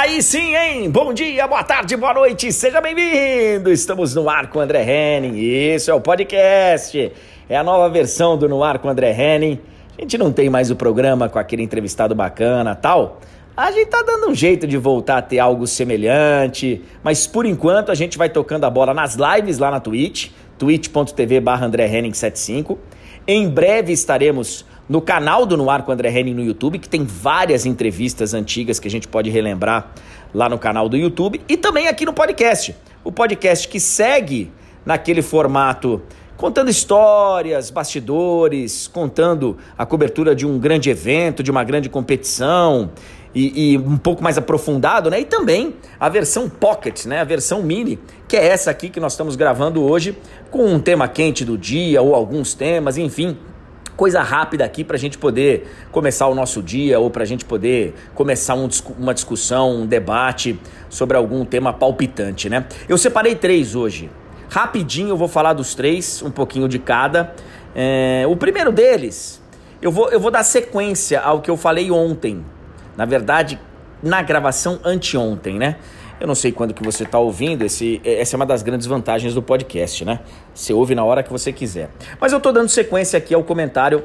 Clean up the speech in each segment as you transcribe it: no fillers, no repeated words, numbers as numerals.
Aí sim, hein? Bom dia, boa tarde, boa noite, seja bem-vindo! Estamos no ar com o André Henning, isso é o podcast, é a nova versão do No Ar com o André Henning. A gente não tem mais o programa com aquele entrevistado bacana e tal, a gente tá dando um jeito de voltar a ter algo semelhante, mas por enquanto a gente vai tocando a bola nas lives lá na Twitch, twitch.tv/AndréHenning75. Em breve estaremos no canal do No Ar com o André Henning no YouTube, que tem várias entrevistas antigas que a gente pode relembrar lá no canal do YouTube. E também aqui no podcast. O podcast que segue naquele formato, contando histórias, bastidores, contando a cobertura de um grande evento, de uma grande competição e um pouco mais aprofundado, né? E também a versão Pocket, né? A versão mini, que é essa aqui que nós estamos gravando hoje, com um tema quente do dia ou alguns temas, enfim. Coisa rápida aqui para a gente poder começar o nosso dia ou para a gente poder começar uma discussão, um debate sobre algum tema palpitante, né? Eu separei 3 hoje. Rapidinho eu vou falar dos 3, um pouquinho de cada. O primeiro deles, eu vou dar sequência ao que eu falei ontem. Na verdade, na gravação anteontem, né? Eu não sei quando que você está ouvindo, essa é uma das grandes vantagens do podcast, né? Você ouve na hora que você quiser. Mas eu estou dando sequência aqui ao comentário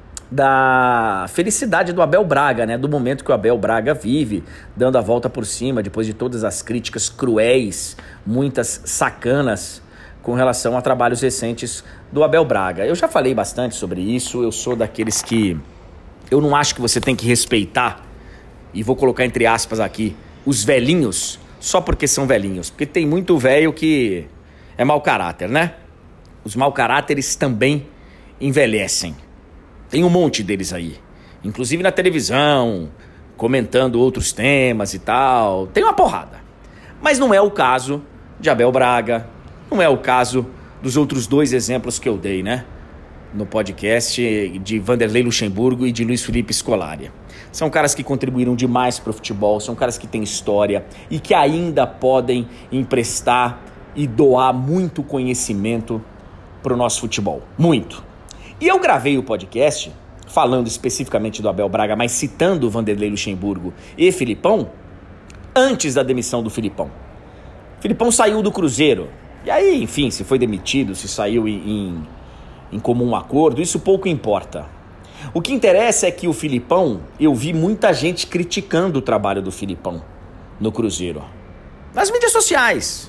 da felicidade do Abel Braga, né? Do momento que o Abel Braga vive, dando a volta por cima, depois de todas as críticas cruéis, muitas sacanas, com relação a trabalhos recentes do Abel Braga. Eu já falei bastante sobre isso, eu sou daqueles que... Eu não acho que você tem que respeitar, e vou colocar entre aspas aqui, os velhinhos... Só porque são velhinhos, porque tem muito velho que é mau caráter, né? Os mau caráteres também envelhecem. Tem um monte deles aí, inclusive na televisão, comentando outros temas e tal. Tem uma porrada. Mas não é o caso de Abel Braga, não é o caso dos outros 2 exemplos que eu dei, né? No podcast de Vanderlei Luxemburgo e de Luiz Felipe Scolari. São caras que contribuíram demais para o futebol, são caras que têm história e que ainda podem emprestar e doar muito conhecimento para o nosso futebol. Muito. E eu gravei o podcast falando especificamente do Abel Braga, mas citando Vanderlei Luxemburgo e Filipão, antes da demissão do Filipão. Filipão saiu do Cruzeiro. E aí, enfim, se foi demitido, se saiu em comum acordo, isso pouco importa. O que interessa é que o Filipão, eu vi muita gente criticando o trabalho do Filipão no Cruzeiro. Nas mídias sociais.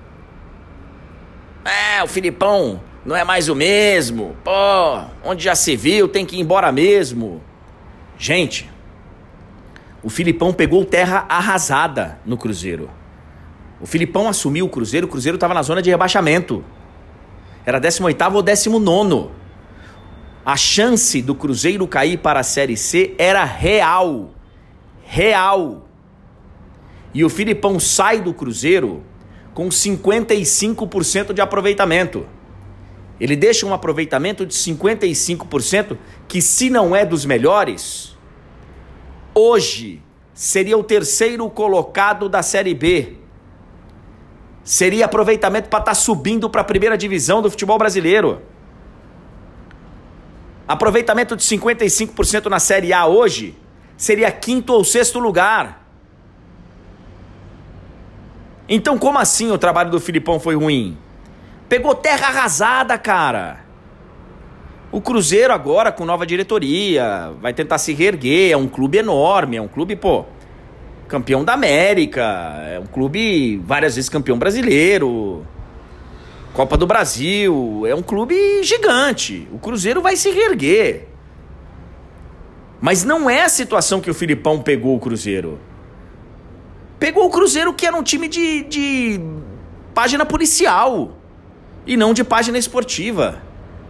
O Filipão não é mais o mesmo. Pô, onde já se viu, tem que ir embora mesmo. Gente, o Filipão pegou terra arrasada no Cruzeiro. O Filipão assumiu o Cruzeiro estava na zona de rebaixamento. Era 18º ou 19º. A chance do Cruzeiro cair para a Série C era real. Real. E o Filipão sai do Cruzeiro com 55% de aproveitamento. Ele deixa um aproveitamento de 55%, que se não é dos melhores, hoje seria o 3º colocado da Série B. Seria aproveitamento para estar subindo para a primeira divisão do futebol brasileiro. Aproveitamento de 55% na Série A hoje seria 5º ou 6º lugar. Então como assim o trabalho do Filipão foi ruim? Pegou terra arrasada, cara. O Cruzeiro agora com nova diretoria vai tentar se reerguer, é um clube enorme, é um clube, campeão da América, é um clube várias vezes campeão brasileiro, Copa do Brasil, é um clube gigante. O Cruzeiro vai se reerguer. Mas não é a situação que o Filipão pegou o Cruzeiro. Pegou o Cruzeiro que era um time de página policial e não de página esportiva.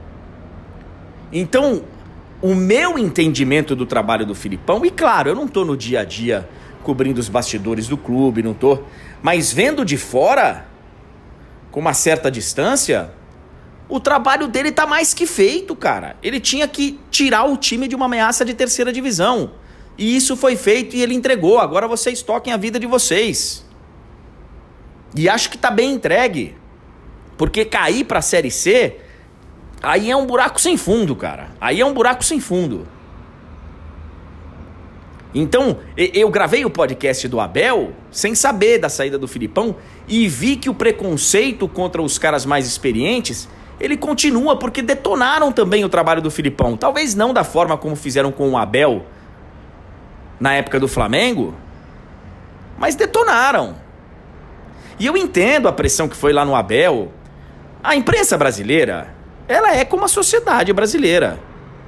Então, o meu entendimento do trabalho do Filipão, e claro, eu não tô no dia a dia cobrindo os bastidores do clube, não tô, mas vendo de fora, com uma certa distância, o trabalho dele tá mais que feito, cara. Ele tinha que tirar o time de uma ameaça de 3ª divisão. E isso foi feito e ele entregou. Agora vocês toquem a vida de vocês. E acho que tá bem entregue. Porque cair pra Série C, aí é um buraco sem fundo, cara. Aí é um buraco sem fundo. Então, eu gravei o podcast do Abel sem saber da saída do Filipão e vi que o preconceito contra os caras mais experientes, ele continua porque detonaram também o trabalho do Filipão. Talvez não da forma como fizeram com o Abel na época do Flamengo, mas detonaram. E eu entendo a pressão que foi lá no Abel. A imprensa brasileira, ela é como a sociedade brasileira.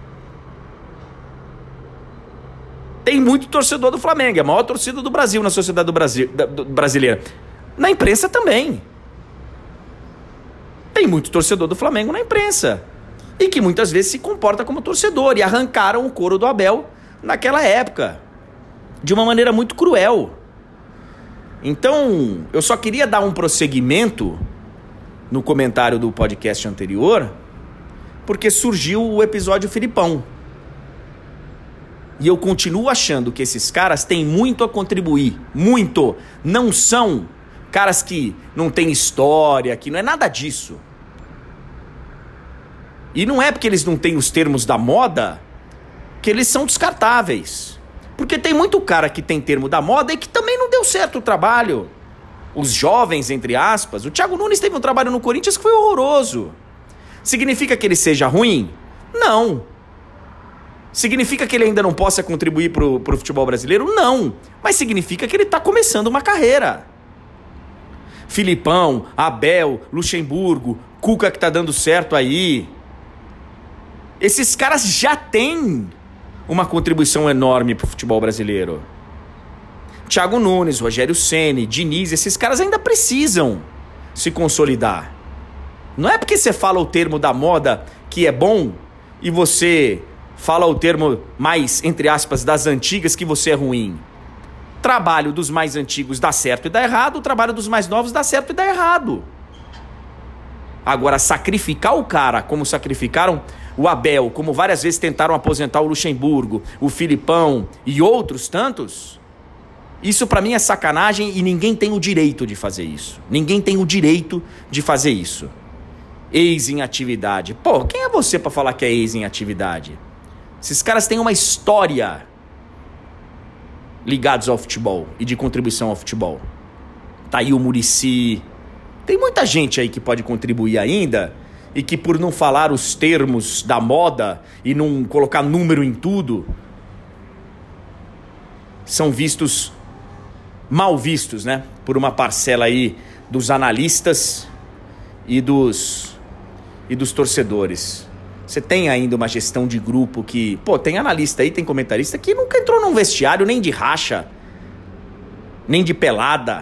Tem muito torcedor do Flamengo, é a maior torcida do Brasil na sociedade brasileira. Na imprensa também. Tem muito torcedor do Flamengo na imprensa. E que muitas vezes se comporta como torcedor. E arrancaram o couro do Abel naquela época. De uma maneira muito cruel. Então, eu só queria dar um prosseguimento no comentário do podcast anterior, porque surgiu o episódio Filipão. E eu continuo achando que esses caras têm muito a contribuir. Muito. Não são caras que não têm história, que não é nada disso. E não é porque eles não têm os termos da moda que eles são descartáveis. Porque tem muito cara que tem termo da moda e que também não deu certo o trabalho. Os jovens, entre aspas. O Thiago Nunes teve um trabalho no Corinthians que foi horroroso. Significa que ele seja ruim? Não. Significa que ele ainda não possa contribuir pro futebol brasileiro? Não. Mas significa que ele está começando uma carreira. Filipão, Abel, Luxemburgo, Cuca que tá dando certo aí. Esses caras já têm uma contribuição enorme pro futebol brasileiro. Thiago Nunes, Rogério Ceni, Diniz, esses caras ainda precisam se consolidar. Não é porque você fala o termo da moda que é bom e você fala o termo mais, entre aspas, das antigas que você é ruim. Trabalho dos mais antigos dá certo e dá errado, o trabalho dos mais novos dá certo e dá errado. Agora, sacrificar o cara como sacrificaram o Abel, como várias vezes tentaram aposentar o Luxemburgo, o Filipão e outros tantos, isso pra mim é sacanagem e ninguém tem o direito de fazer isso. Ninguém tem o direito de fazer isso. Ex em atividade. Pô, quem é você pra falar que é ex em atividade? Esses caras têm uma história ligados ao futebol e de contribuição ao futebol. Tá aí o Muricy. Tem muita gente aí que pode contribuir ainda e que por não falar os termos da moda e não colocar número em tudo, são vistos, mal vistos, né? Por uma parcela aí dos analistas e dos torcedores. Você tem ainda uma gestão de grupo que... Pô, tem analista aí, tem comentarista que nunca entrou num vestiário nem de racha, nem de pelada,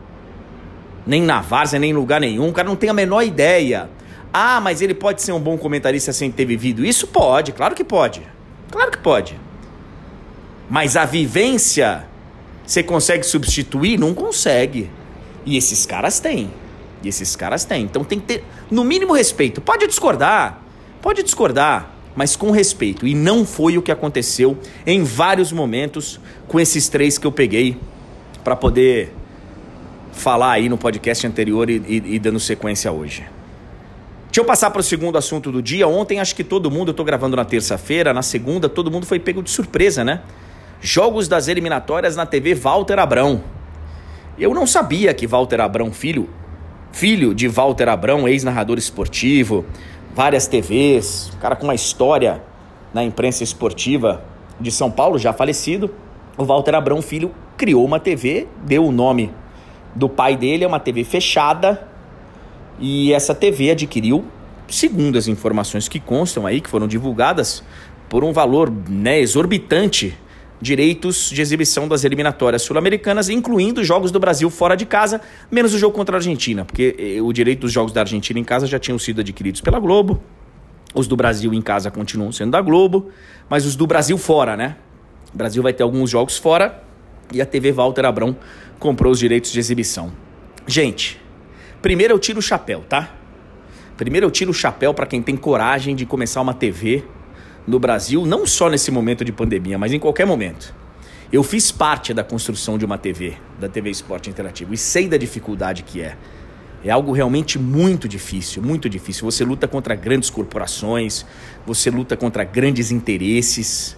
nem na várzea, nem em lugar nenhum. O cara não tem a menor ideia. Ah, mas ele pode ser um bom comentarista sem ter vivido isso? Pode, claro que pode. Claro que pode. Mas a vivência, você consegue substituir? Não consegue. E esses caras têm. Então tem que ter, no mínimo, respeito. Pode discordar, mas com respeito. E não foi o que aconteceu em vários momentos com esses três que eu peguei para poder falar aí no podcast anterior e dando sequência hoje. Deixa eu passar para o segundo assunto do dia. Ontem acho que todo mundo, eu tô gravando na terça-feira, na segunda todo mundo foi pego de surpresa, né? Jogos das eliminatórias na TV Walter Abrão. Eu não sabia que Walter Abrão, filho de Walter Abrão, ex-narrador esportivo, várias TVs, cara com uma história na imprensa esportiva de São Paulo, já falecido. O Walter Abrão, filho, criou uma TV, deu o nome do pai dele, é uma TV fechada, e essa TV adquiriu, segundo as informações que constam aí, que foram divulgadas, por um valor, né, exorbitante, direitos de exibição das eliminatórias sul-americanas, incluindo os jogos do Brasil fora de casa, menos o jogo contra a Argentina, porque o direito dos jogos da Argentina em casa já tinham sido adquiridos pela Globo, os do Brasil em casa continuam sendo da Globo, mas os do Brasil fora, né? O Brasil vai ter alguns jogos fora e a TV Walter Abrão comprou os direitos de exibição. Gente, primeiro eu tiro o chapéu, tá? Primeiro eu tiro o chapéu para quem tem coragem de começar uma TV no Brasil, não só nesse momento de pandemia, mas em qualquer momento. Eu fiz parte da construção de uma TV, da TV Esporte Interativo, e sei da dificuldade que é. É algo realmente muito difícil, muito difícil. Você luta contra grandes corporações, você luta contra grandes interesses,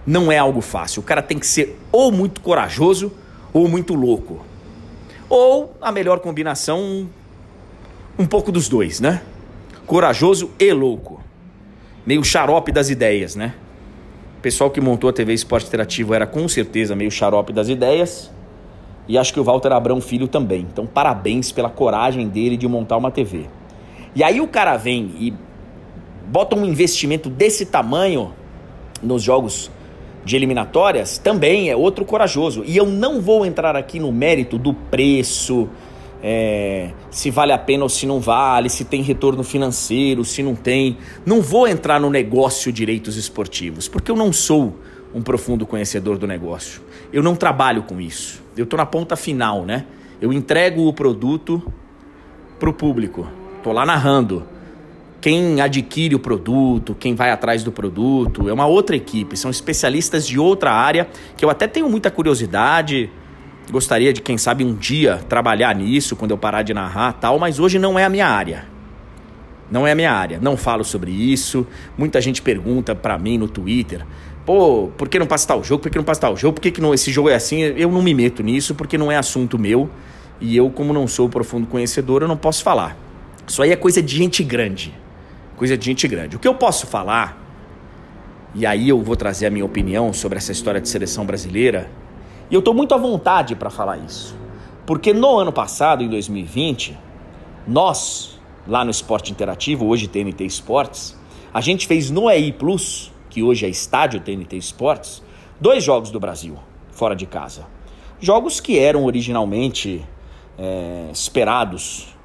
não é algo fácil. O cara tem que ser ou muito corajoso ou muito louco. Ou a melhor combinação, um pouco dos dois, né? Corajoso e louco. Meio xarope das ideias, né? O pessoal que montou a TV Esporte Interativo era com certeza meio xarope das ideias. E acho que o Walter Abrão Filho também. Então parabéns pela coragem dele de montar uma TV. E aí o cara vem e bota um investimento desse tamanho nos jogos de eliminatórias, também é outro corajoso. E eu não vou entrar aqui no mérito do preço, se vale a pena ou se não vale, se tem retorno financeiro, se não tem. Não vou entrar no negócio direitos esportivos, porque eu não sou um profundo conhecedor do negócio. Eu não trabalho com isso. Eu estou na ponta final, né? Eu entrego o produto para o público. Estou lá narrando. Quem adquire o produto, quem vai atrás do produto, é uma outra equipe, são especialistas de outra área, que eu até tenho muita curiosidade, gostaria de, quem sabe, um dia trabalhar nisso, quando eu parar de narrar e tal, mas hoje não é a minha área. Não é a minha área, não falo sobre isso. Muita gente pergunta pra mim no Twitter, pô, por que não passa tal jogo, por que não passa tal jogo, por que não, esse jogo é assim? Eu não me meto nisso, porque não é assunto meu, e eu, como não sou profundo conhecedor, eu não posso falar. Isso aí é coisa de gente grande. Coisa de gente grande. O que eu posso falar, e aí eu vou trazer a minha opinião sobre essa história de seleção brasileira, e eu estou muito à vontade para falar isso, porque no ano passado, em 2020, nós, lá no Esporte Interativo, hoje TNT Esportes, a gente fez no EI Plus, que hoje é estádio TNT Esportes, 2 jogos do Brasil, fora de casa. Jogos que eram originalmente esperados.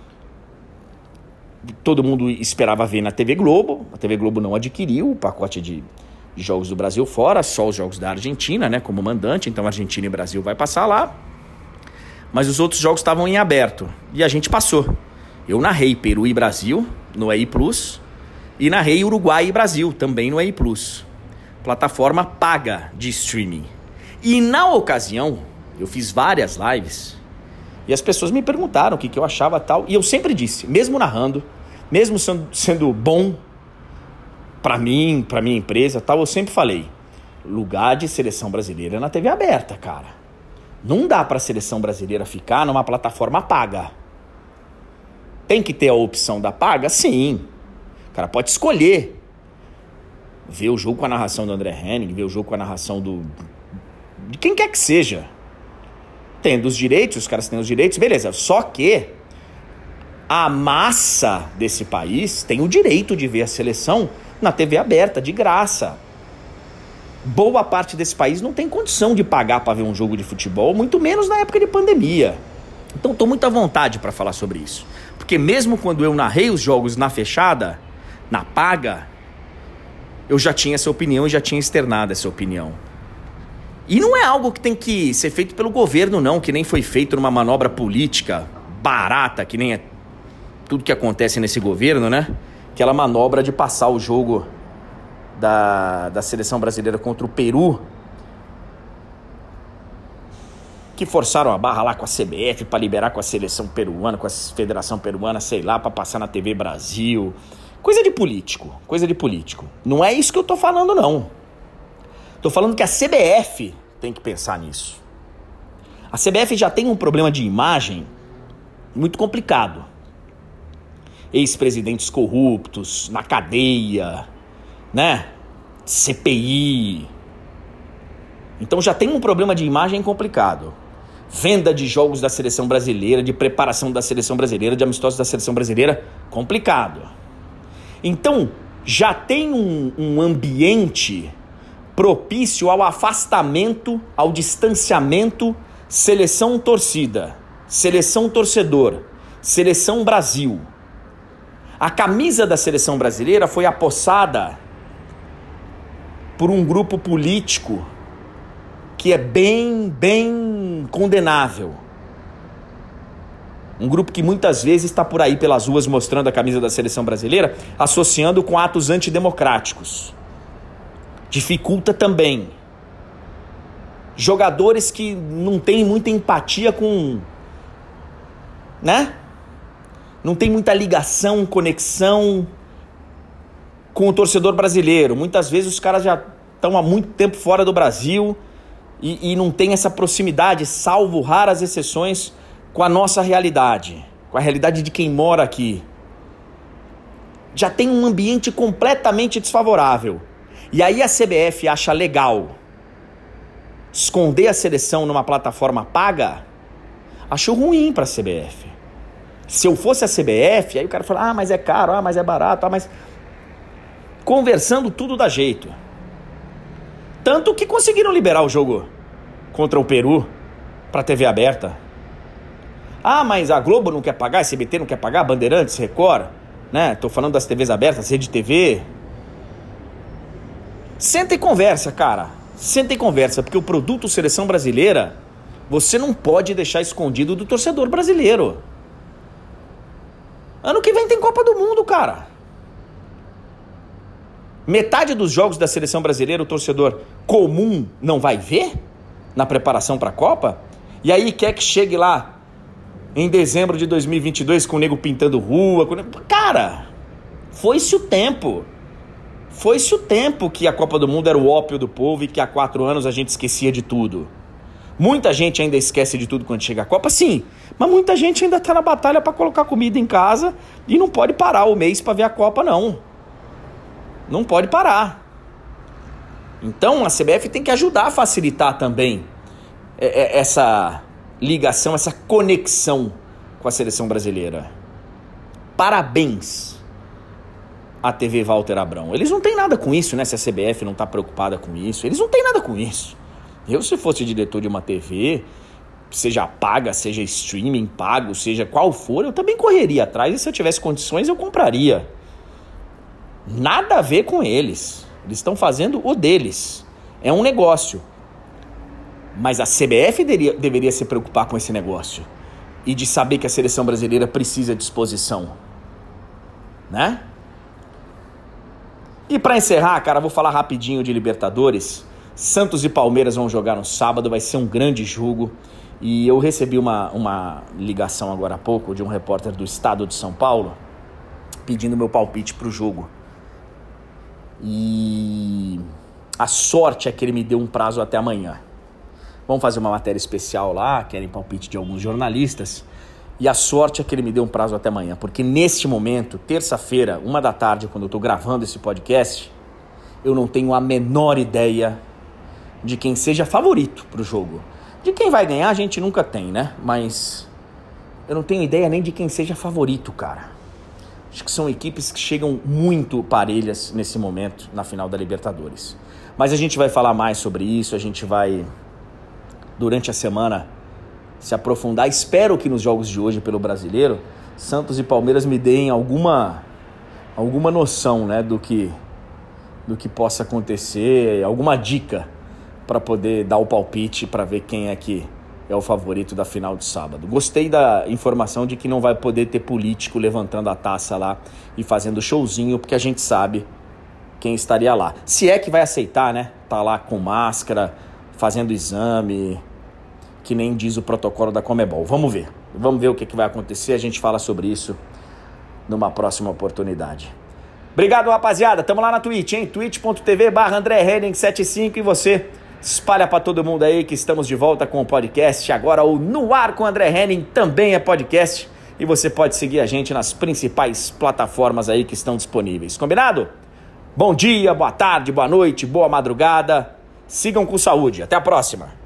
Todo mundo esperava ver na TV Globo. A TV Globo não adquiriu o pacote de jogos do Brasil fora, só os jogos da Argentina, né, como mandante. Então Argentina e Brasil vai passar lá. Mas os outros jogos estavam em aberto e a gente passou. Eu narrei Peru e Brasil no EI Plus e narrei Uruguai e Brasil também no EI Plus. Plataforma paga de streaming. E na ocasião, eu fiz várias lives e as pessoas me perguntaram o que eu achava tal. E eu sempre disse, mesmo narrando, mesmo sendo bom para mim, para minha empresa tal, eu sempre falei, lugar de seleção brasileira é na TV aberta, cara. Não dá para a seleção brasileira ficar numa plataforma paga. Tem que ter a opção da paga? Sim. O cara pode escolher ver o jogo com a narração do André Henning, ver o jogo com a narração de quem quer que seja. Tendo os direitos, os caras têm os direitos, beleza. Só que a massa desse país tem o direito de ver a seleção na TV aberta, de graça. Boa parte desse país não tem condição de pagar para ver um jogo de futebol, muito menos na época de pandemia. Então estou muito à vontade para falar sobre isso. Porque mesmo quando eu narrei os jogos na fechada, na paga, eu já tinha essa opinião e já tinha externado essa opinião. E não é algo que tem que ser feito pelo governo, não, que nem foi feito numa manobra política barata, que nem é tudo que acontece nesse governo, né? Aquela manobra de passar o jogo da seleção brasileira contra o Peru, que forçaram a barra lá com a CBF para liberar com a seleção peruana, com a Federação Peruana, sei lá, para passar na TV Brasil. Coisa de político, coisa de político. Não é isso que eu tô falando, não. Tô falando que a CBF tem que pensar nisso. A CBF já tem um problema de imagem muito complicado. Ex-presidentes corruptos, na cadeia, né? CPI. Então já tem um problema de imagem complicado. Venda de jogos da seleção brasileira, de preparação da seleção brasileira, de amistosos da seleção brasileira, complicado. Então já tem um ambiente propício ao afastamento, ao distanciamento, seleção-torcida, seleção-torcedor, seleção Brasil. A camisa da seleção brasileira foi apossada por um grupo político que é bem condenável. Um grupo que muitas vezes está por aí pelas ruas mostrando a camisa da seleção brasileira, associando com atos antidemocráticos. Dificulta também. Jogadores que não têm muita empatia com, né? Não tem muita ligação, conexão com o torcedor brasileiro. Muitas vezes os caras já estão há muito tempo fora do Brasil e não tem essa proximidade, salvo raras exceções, com a nossa realidade, com a realidade de quem mora aqui. Já tem um ambiente completamente desfavorável. E aí a CBF acha legal esconder a seleção numa plataforma paga? Acho ruim para a CBF. Se eu fosse a CBF, aí o cara fala, mas é caro, mas é barato, mas... Conversando tudo dá jeito. Tanto que conseguiram liberar o jogo contra o Peru para TV aberta. Mas a Globo não quer pagar, a SBT não quer pagar, Bandeirantes, Record, né? Tô falando das TVs abertas, Rede TV. Senta e conversa, cara. Senta e conversa, porque o produto Seleção Brasileira, você não pode deixar escondido do torcedor brasileiro. Ano que vem tem Copa do Mundo, cara. Metade dos jogos da Seleção Brasileira o torcedor comum não vai ver na preparação para a Copa? E aí quer que chegue lá em dezembro de 2022 com o nego pintando rua. Cara, foi-se o tempo. Foi-se o tempo que a Copa do Mundo era o ópio do povo e que há 4 anos a gente esquecia de tudo. Muita gente ainda esquece de tudo quando chega a Copa, sim. Mas muita gente ainda tá na batalha para colocar comida em casa e não pode parar o mês para ver a Copa, não. Não pode parar. Então a CBF tem que ajudar a facilitar também essa ligação, essa conexão com a seleção brasileira. Parabéns à TV Walter Abrão. Eles não têm nada com isso, né? Se a CBF não está preocupada com isso, eles não têm nada com isso. Eu, se fosse diretor de uma TV, seja paga, seja streaming pago, seja qual for, eu também correria atrás e se eu tivesse condições eu compraria. Nada a ver com eles. Eles estão fazendo o deles. É um negócio. Mas a CBF deveria se preocupar com esse negócio. E de saber que a seleção brasileira precisa de exposição. Né? E para encerrar, cara, vou falar rapidinho de Libertadores. Santos e Palmeiras vão jogar no sábado. Vai ser um grande jogo. E eu recebi uma ligação agora há pouco de um repórter do Estado de São Paulo pedindo meu palpite pro jogo. E a sorte é que ele me deu um prazo até amanhã. Vamos fazer uma matéria especial lá, querem palpite de alguns jornalistas. E a sorte é que ele me deu um prazo até amanhã, porque neste momento, terça-feira, 13h, quando eu tô gravando esse podcast, eu não tenho a menor ideia de quem seja favorito pro jogo. De quem vai ganhar a gente nunca tem, né? Mas eu não tenho ideia nem de quem seja favorito, cara. Acho que são equipes que chegam muito parelhas nesse momento, na final da Libertadores. Mas a gente vai falar mais sobre isso, a gente vai, durante a semana, se aprofundar. Espero que nos jogos de hoje pelo Brasileiro, Santos e Palmeiras me deem alguma noção, né, do que possa acontecer, alguma dica para poder dar o palpite, para ver quem é que é o favorito da final de sábado. Gostei da informação de que não vai poder ter político levantando a taça lá e fazendo showzinho, porque a gente sabe quem estaria lá. Se é que vai aceitar, né? Tá lá com máscara, fazendo exame, que nem diz o protocolo da Conmebol. Vamos ver o que vai acontecer. A gente fala sobre isso numa próxima oportunidade. Obrigado, rapaziada. Tamo lá na Twitch, hein? twitch.tv/AndréHenning75 e você... Espalha pra todo mundo aí que estamos de volta com o podcast. Agora o No Ar com o André Henning também é podcast. E você pode seguir a gente nas principais plataformas aí que estão disponíveis. Combinado? Bom dia, boa tarde, boa noite, boa madrugada. Sigam com saúde. Até a próxima.